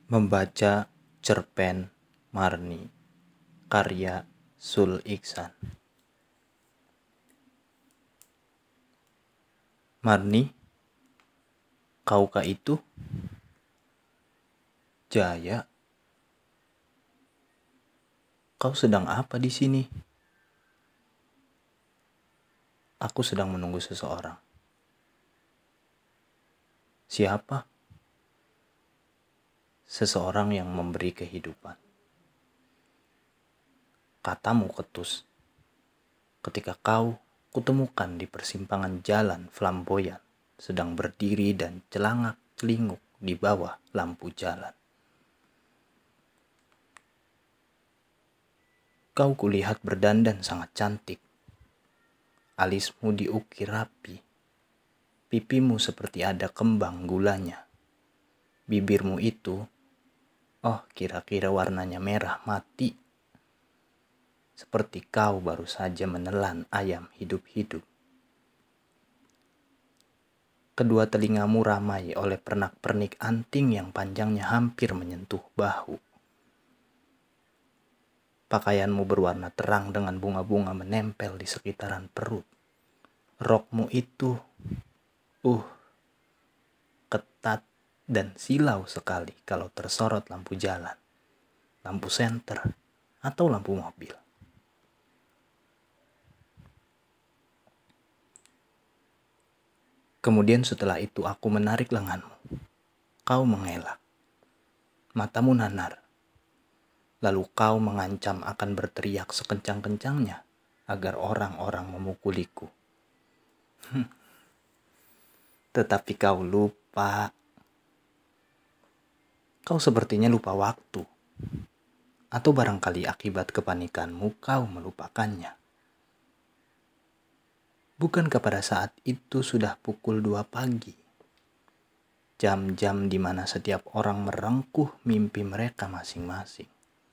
Membaca cerpen Marni, karya Sul Iksan. Marni, kaukah itu? Jaya, kau sedang apa di sini? Aku sedang menunggu seseorang. Siapa? Seseorang yang memberi kehidupan. Katamu ketus. Ketika kau kutemukan di persimpangan jalan flamboyan, sedang berdiri dan celangak-celinguk di bawah lampu jalan. Kau kulihat berdandan sangat cantik. Alismu diukir rapi. Pipimu seperti ada kembang gulanya. Bibirmu itu, kira-kira warnanya merah mati. Seperti kau baru saja menelan ayam hidup-hidup. Kedua telingamu ramai oleh pernak-pernik anting yang panjangnya hampir menyentuh bahu. Pakaianmu berwarna terang dengan bunga-bunga menempel di sekitaran perut. Rokmu itu, ketat dan silau sekali kalau tersorot lampu jalan, lampu senter, atau lampu mobil. Kemudian setelah itu aku menarik lenganmu. Kau mengelak. Matamu nanar. Lalu kau mengancam akan berteriak sekencang-kencangnya agar orang-orang memukuliku. Tetapi kau lupa. Kau sepertinya lupa waktu. Atau barangkali akibat kepanikanmu kau melupakannya. Bukankah pada saat itu sudah pukul 2 pagi? Jam-jam di mana setiap orang merengkuh mimpi mereka masing-masing.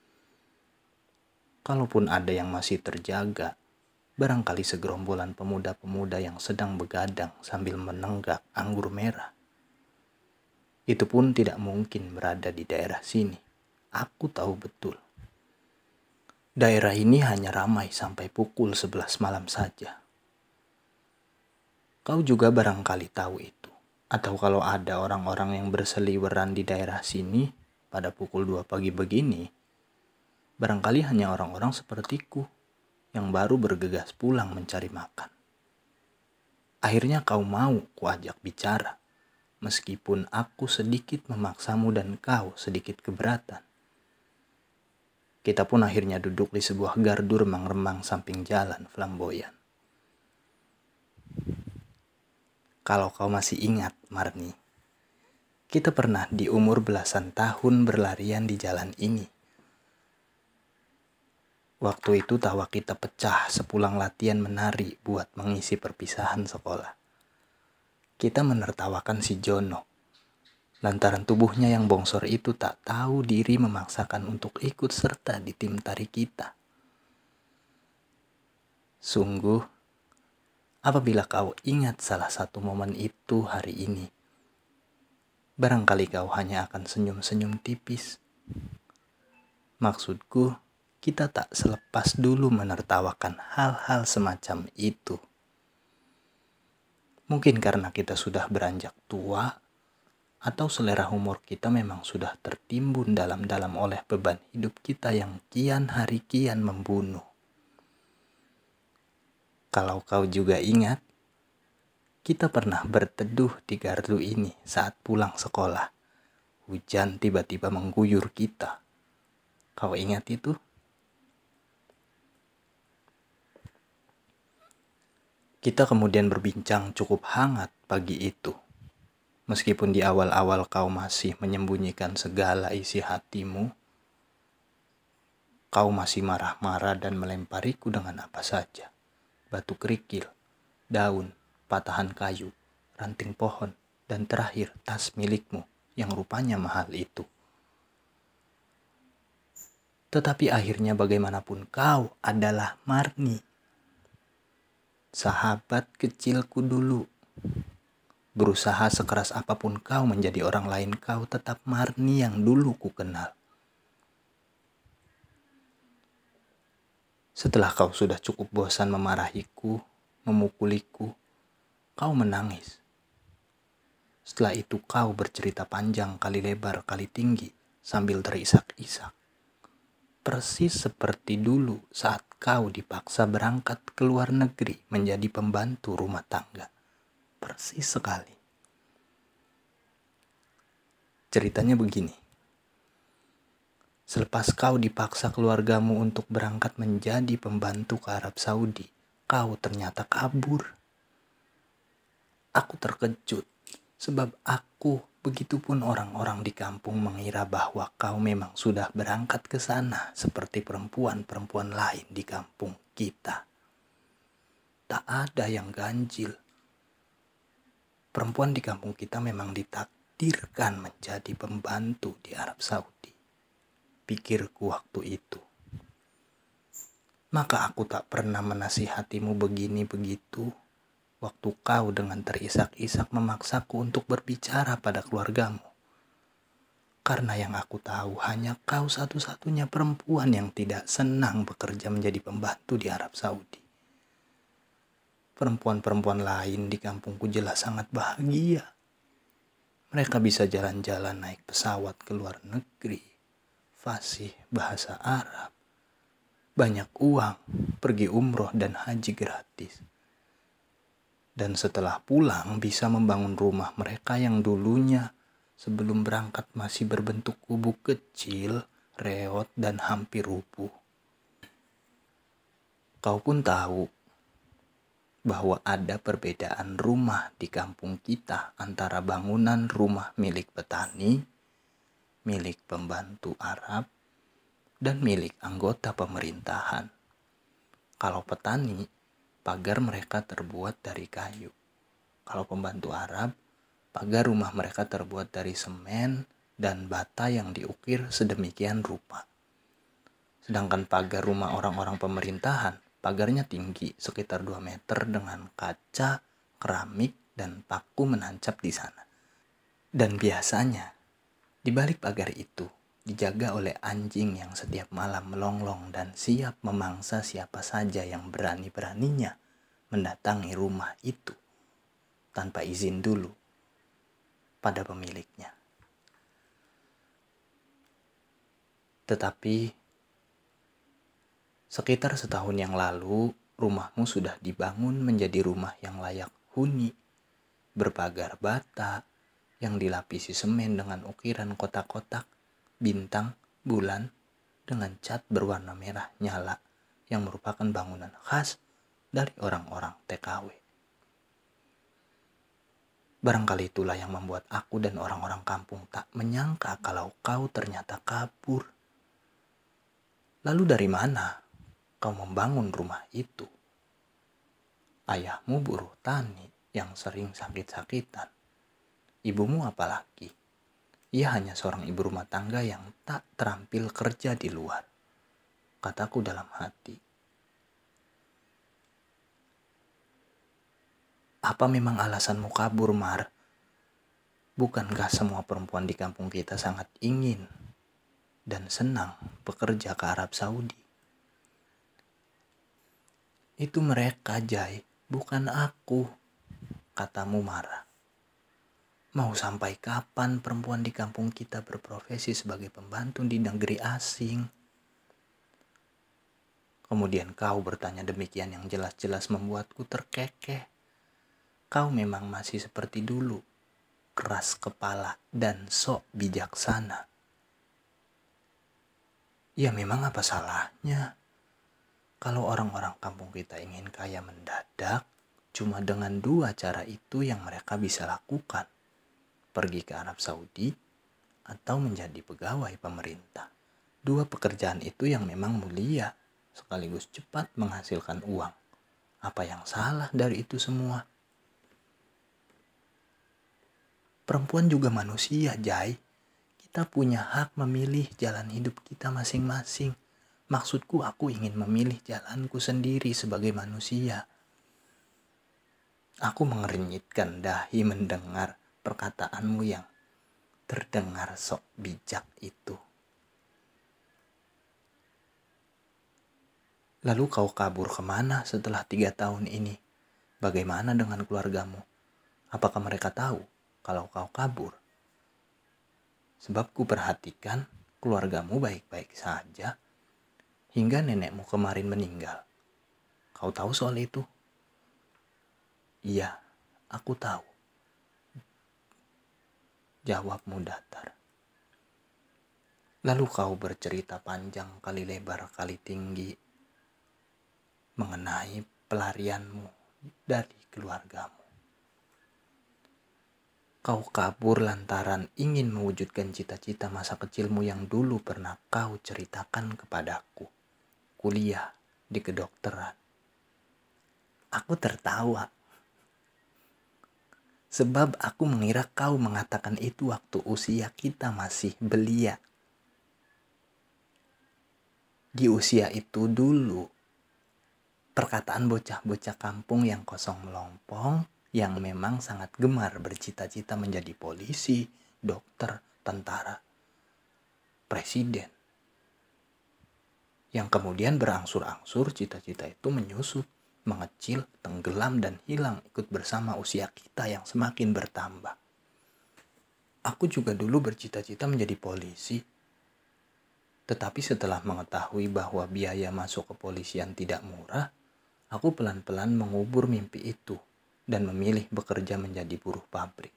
Kalaupun ada yang masih terjaga, barangkali segerombolan pemuda-pemuda yang sedang begadang sambil menenggak anggur merah. Itu pun tidak mungkin berada di daerah sini. Aku tahu betul. Daerah ini hanya ramai sampai pukul 11 malam saja. Kau juga barangkali tahu itu. Atau kalau ada orang-orang yang berseliweran di daerah sini pada pukul 2 pagi begini, barangkali hanya orang-orang sepertiku yang baru bergegas pulang mencari makan. Akhirnya kau mau kuajak bicara, meskipun aku sedikit memaksamu dan kau sedikit keberatan. Kita pun akhirnya duduk di sebuah gardu remang-remang samping jalan flamboyan. Kalau kau masih ingat, Marni, kita pernah di umur belasan tahun berlarian di jalan ini. Waktu itu tawa kita pecah sepulang latihan menari buat mengisi perpisahan sekolah. Kita menertawakan si Jono, lantaran tubuhnya yang bongsor itu tak tahu diri memaksakan untuk ikut serta di tim tari kita. Sungguh, apabila kau ingat salah satu momen itu hari ini, barangkali kau hanya akan senyum-senyum tipis. Maksudku, kita tak selepas dulu menertawakan hal-hal semacam itu. Mungkin karena kita sudah beranjak tua, atau selera humor kita memang sudah tertimbun dalam-dalam oleh beban hidup kita yang kian hari kian membunuh. Kalau kau juga ingat, kita pernah berteduh di gardu ini saat pulang sekolah. Hujan tiba-tiba mengguyur kita. Kau ingat itu? Kita kemudian berbincang cukup hangat pagi itu. Meskipun di awal-awal kau masih menyembunyikan segala isi hatimu, kau masih marah-marah dan melempariku dengan apa saja. Batu kerikil, daun, patahan kayu, ranting pohon, dan terakhir tas milikmu yang rupanya mahal itu. Tetapi akhirnya bagaimanapun kau adalah Marni, sahabat kecilku dulu. Berusaha sekeras apapun kau menjadi orang lain, kau tetap Marni yang dulu ku kenal. Setelah kau sudah cukup bosan memarahiku, memukuliku, kau menangis. Setelah itu kau bercerita panjang kali lebar kali tinggi sambil terisak-isak. Persis seperti dulu saat kau dipaksa berangkat ke luar negeri menjadi pembantu rumah tangga. Persis sekali. Ceritanya begini. Selepas kau dipaksa keluargamu untuk berangkat menjadi pembantu ke Arab Saudi, kau ternyata kabur. Aku terkejut, sebab aku, begitupun orang-orang di kampung mengira bahwa kau memang sudah berangkat ke sana seperti perempuan-perempuan lain di kampung kita. Tak ada yang ganjil. Perempuan di kampung kita memang ditakdirkan menjadi pembantu di Arab Saudi. Pikirku waktu itu. Maka aku tak pernah menasihatimu begini begitu waktu kau dengan terisak-isak memaksaku untuk berbicara pada keluargamu. Karena yang aku tahu hanya kau satu-satunya perempuan yang tidak senang bekerja menjadi pembantu di Arab Saudi. Perempuan-perempuan lain di kampungku jelas sangat bahagia. Mereka bisa jalan-jalan naik pesawat ke luar negeri, fasih bahasa Arab, banyak uang, pergi umroh dan haji gratis. Dan setelah pulang bisa membangun rumah mereka yang dulunya sebelum berangkat masih berbentuk kubu kecil, reot dan hampir rubuh. Kau pun tahu bahwa ada perbedaan rumah di kampung kita antara bangunan rumah milik petani, milik pembantu Arab, dan milik anggota pemerintahan. Kalau petani, pagar mereka terbuat dari kayu. Kalau pembantu Arab, pagar rumah mereka terbuat dari semen dan bata yang diukir sedemikian rupa. Sedangkan pagar rumah orang-orang pemerintahan, pagarnya tinggi sekitar 2 meter dengan kaca, keramik, dan paku menancap di sana. Dan biasanya, di balik pagar itu, dijaga oleh anjing yang setiap malam melonglong dan siap memangsa siapa saja yang berani-beraninya mendatangi rumah itu tanpa izin dulu pada pemiliknya. Tetapi sekitar setahun yang lalu, rumahmu sudah dibangun menjadi rumah yang layak huni, berpagar bata, yang dilapisi semen dengan ukiran kotak-kotak, bintang, bulan, dengan cat berwarna merah nyala, yang merupakan bangunan khas dari orang-orang TKW. Barangkali itulah yang membuat aku dan orang-orang kampung tak menyangka kalau kau ternyata kabur. Lalu dari mana kau membangun rumah itu? Ayahmu buruh tani yang sering sakit-sakitan. Ibumu apalagi? Ia hanya seorang ibu rumah tangga yang tak terampil kerja di luar. Kataku dalam hati. Apa memang alasanmu kabur, Mar? Bukankah semua perempuan di kampung kita sangat ingin dan senang bekerja ke Arab Saudi? Itu mereka, Jai, bukan aku, katamu marah. Mau sampai kapan perempuan di kampung kita berprofesi sebagai pembantu di negeri asing? Kemudian kau bertanya demikian yang jelas-jelas membuatku terkekeh. Kau memang masih seperti dulu, keras kepala dan sok bijaksana. Ya memang apa salahnya? Kalau orang-orang kampung kita ingin kaya mendadak, cuma dengan 2 cara itu yang mereka bisa lakukan. Pergi ke Arab Saudi atau menjadi pegawai pemerintah. 2 pekerjaan itu yang memang mulia, sekaligus cepat menghasilkan uang. Apa yang salah dari itu semua? Perempuan juga manusia, Jai. Kita punya hak memilih jalan hidup kita masing-masing. Maksudku, aku ingin memilih jalanku sendiri sebagai manusia. Aku mengernyitkan dahi mendengar perkataanmu yang terdengar sok bijak itu. Lalu kau kabur kemana setelah 3 tahun ini? Bagaimana dengan keluargamu? Apakah mereka tahu kalau kau kabur? Sebab ku perhatikan keluargamu baik-baik saja hingga nenekmu kemarin meninggal. Kau tahu soal itu? Iya, aku tahu. Jawabmu datar. Lalu kau bercerita panjang kali lebar kali tinggi mengenai pelarianmu dari keluargamu. Kau kabur lantaran ingin mewujudkan cita-cita masa kecilmu yang dulu pernah kau ceritakan kepadaku. Kuliah di kedokteran. Aku tertawa. Sebab aku mengira kau mengatakan itu waktu usia kita masih belia. Di usia itu dulu, perkataan bocah-bocah kampung yang kosong melompong, yang memang sangat gemar bercita-cita menjadi polisi, dokter, tentara, presiden. Yang kemudian berangsur-angsur cita-cita itu menyusut, mengecil, tenggelam, dan hilang ikut bersama usia kita yang semakin bertambah. Aku juga dulu bercita-cita menjadi polisi. Tetapi setelah mengetahui bahwa biaya masuk kepolisian tidak murah, aku pelan-pelan mengubur mimpi itu dan memilih bekerja menjadi buruh pabrik.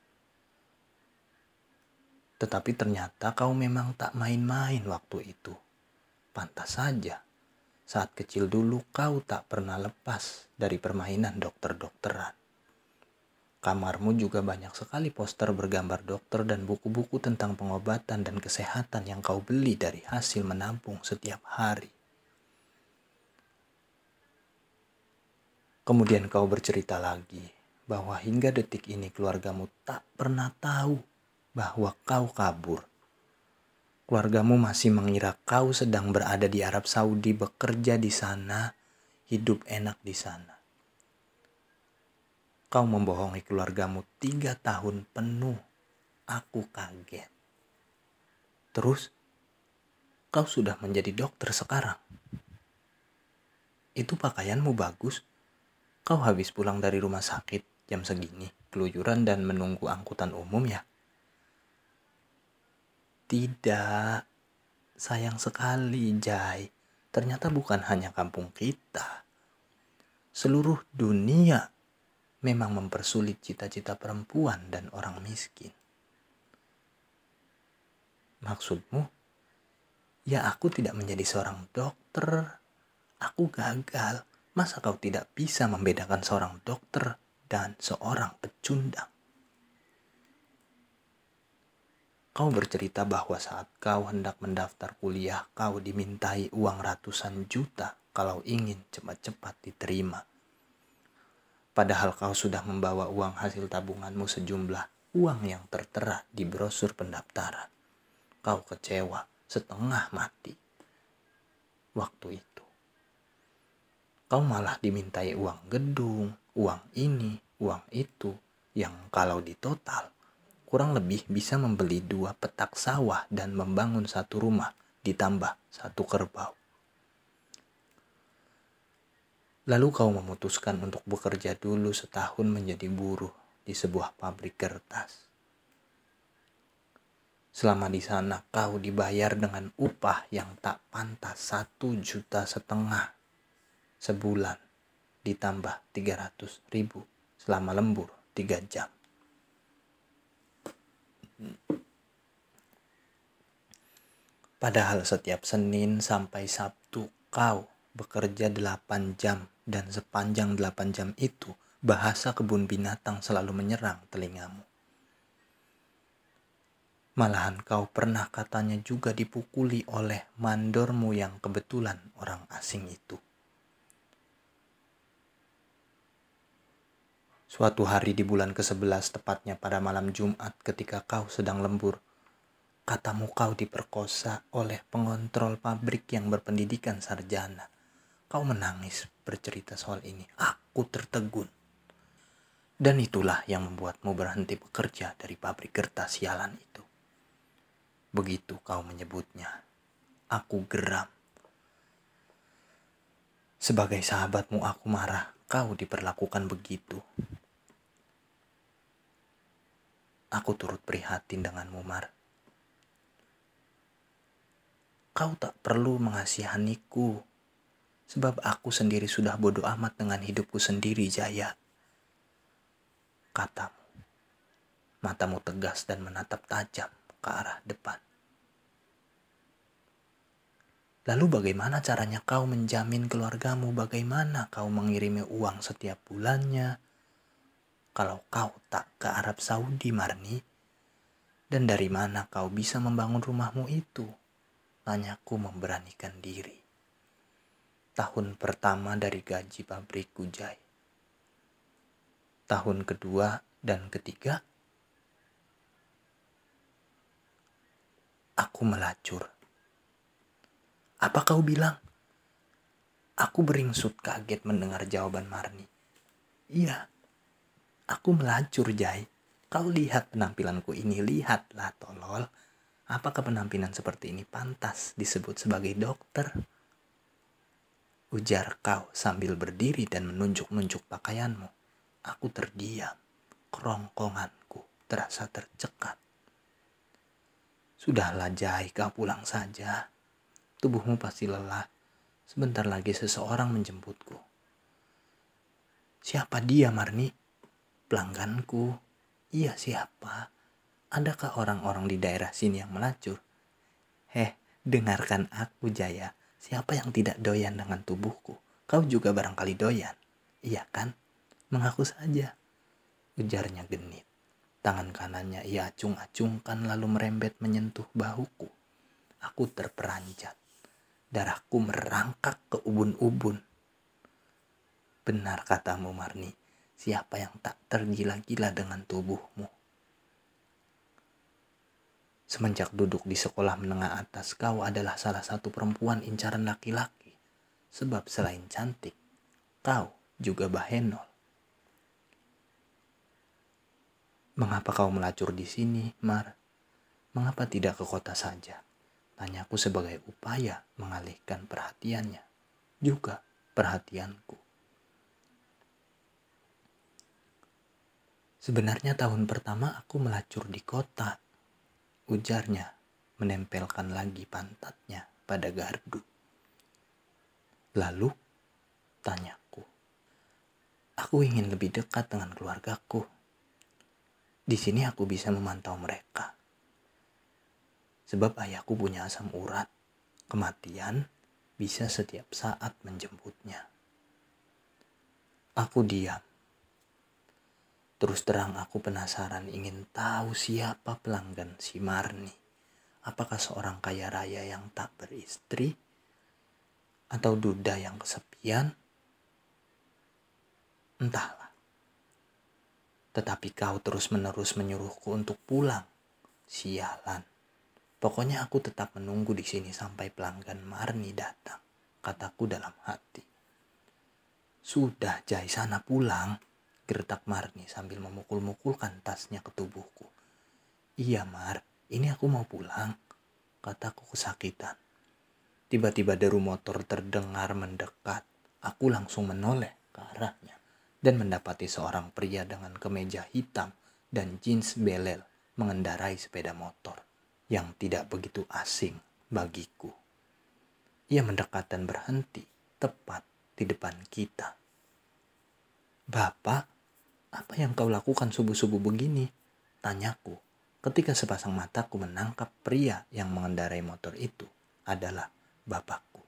Tetapi ternyata kau memang tak main-main waktu itu. Pantas saja, saat kecil dulu kau tak pernah lepas dari permainan dokter-dokteran. Kamarmu juga banyak sekali poster bergambar dokter dan buku-buku tentang pengobatan dan kesehatan yang kau beli dari hasil menabung setiap hari. Kemudian kau bercerita lagi bahwa hingga detik ini keluargamu tak pernah tahu bahwa kau kabur. Keluargamu masih mengira kau sedang berada di Arab Saudi, bekerja di sana, hidup enak di sana. Kau membohongi keluargamu 3 tahun penuh. Aku kaget. Terus, kau sudah menjadi dokter sekarang. Itu pakaianmu bagus. Kau habis pulang dari rumah sakit jam segini, keluyuran dan menunggu angkutan umum ya? Tidak, sayang sekali Jai. Ternyata bukan hanya kampung kita. Seluruh dunia memang mempersulit cita-cita perempuan dan orang miskin. Maksudmu? Ya, aku tidak menjadi seorang dokter. Aku gagal. Masa kau tidak bisa membedakan seorang dokter dan seorang pecundang? Kau bercerita bahwa saat kau hendak mendaftar kuliah, kau dimintai uang ratusan juta kalau ingin cepat-cepat diterima. Padahal kau sudah membawa uang hasil tabunganmu sejumlah uang yang tertera di brosur pendaftaran. Kau kecewa, setengah mati. Waktu itu, kau malah dimintai uang gedung, uang ini, uang itu, yang kalau ditotal, kurang lebih bisa membeli 2 petak sawah dan membangun 1 rumah, ditambah 1 kerbau. Lalu kau memutuskan untuk bekerja dulu setahun menjadi buruh di sebuah pabrik kertas. Selama di sana kau dibayar dengan upah yang tak pantas 1,5 juta sebulan, ditambah 300.000 selama lembur 3 jam. Padahal setiap Senin sampai Sabtu kau bekerja 8 jam dan sepanjang 8 jam itu bahasa kebun binatang selalu menyerang telingamu. Malahan kau pernah katanya juga dipukuli oleh mandormu yang kebetulan orang asing itu. Suatu hari di bulan ke-11, tepatnya pada malam Jumat ketika kau sedang lembur, katamu kau diperkosa oleh pengontrol pabrik yang berpendidikan sarjana. Kau menangis bercerita soal ini. Aku tertegun. Dan itulah yang membuatmu berhenti bekerja dari pabrik kertas sialan itu. Begitu kau menyebutnya, aku geram. Sebagai sahabatmu aku marah kau diperlakukan begitu. Aku turut prihatin denganmu, Mar. Kau tak perlu mengasihaniku, sebab aku sendiri sudah bodoh amat dengan hidupku sendiri, Jaya. Katamu. Matamu tegas dan menatap tajam ke arah depan. Lalu bagaimana caranya kau menjamin keluargamu? Bagaimana kau mengirimi uang setiap bulannya? Kalau kau tak ke Arab Saudi, Marni. Dan dari mana kau bisa membangun rumahmu itu? Tanyaku memberanikan diri. Tahun pertama dari gaji pabrikku, Jai. Tahun kedua dan ketiga, aku melacur. Apa kau bilang? Aku beringsut kaget mendengar jawaban Marni. Iya, aku melacur, Jai. Kau lihat penampilanku ini, lihatlah tolol. Apakah penampilan seperti ini pantas disebut sebagai dokter? Ujar kau sambil berdiri dan menunjuk-nunjuk pakaianmu. Aku terdiam, kerongkonganku terasa tercekat. Sudahlah Jai, kau pulang saja. Tubuhmu pasti lelah. Sebentar lagi seseorang menjemputku. Siapa dia, Marni? Pelangganku. Iya, siapa? Adakah orang-orang di daerah sini yang melacur? Dengarkan aku, Jaya. Siapa yang tidak doyan dengan tubuhku? Kau juga barangkali doyan. Iya kan? Mengaku saja. Ujarnya genit. Tangan kanannya ia acung-acungkan lalu merembet menyentuh bahuku. Aku terperanjat. Darahku merangkak ke ubun-ubun. Benar katamu, Marni. Siapa yang tak tergila-gila dengan tubuhmu? Semenjak duduk di sekolah menengah atas, kau adalah salah satu perempuan incaran laki-laki. Sebab selain cantik, kau juga bahenol. Mengapa kau melacur di sini, Mar? Mengapa tidak ke kota saja? Tanyaku sebagai upaya mengalihkan perhatiannya. Juga perhatianku. Sebenarnya tahun pertama aku melacur di kota. Ujarnya menempelkan lagi pantatnya pada gardu. Lalu, tanyaku. Aku ingin lebih dekat dengan keluargaku. Di sini aku bisa memantau mereka. Sebab ayahku punya asam urat. Kematian bisa setiap saat menjemputnya. Aku diam. Terus terang aku penasaran ingin tahu siapa pelanggan si Marni. Apakah seorang kaya raya yang tak beristri? Atau duda yang kesepian? Entahlah. Tetapi kau terus-menerus menyuruhku untuk pulang. Sialan. Pokoknya aku tetap menunggu di sini sampai pelanggan Marni datang. Kataku dalam hati. Sudah, Jai, sana pulang. Gertak Marni sambil memukul-mukulkan tasnya ke tubuhku. Iya, Mar, ini aku mau pulang. Kataku kesakitan. Tiba-tiba deru motor terdengar mendekat. Aku langsung menoleh ke arahnya dan mendapati seorang pria dengan kemeja hitam dan jeans belel mengendarai sepeda motor yang tidak begitu asing bagiku. Ia mendekat dan berhenti tepat di depan kita. Bapak, apa yang kau lakukan subuh-subuh begini? Tanyaku ketika sepasang mataku menangkap pria yang mengendarai motor itu adalah bapakku.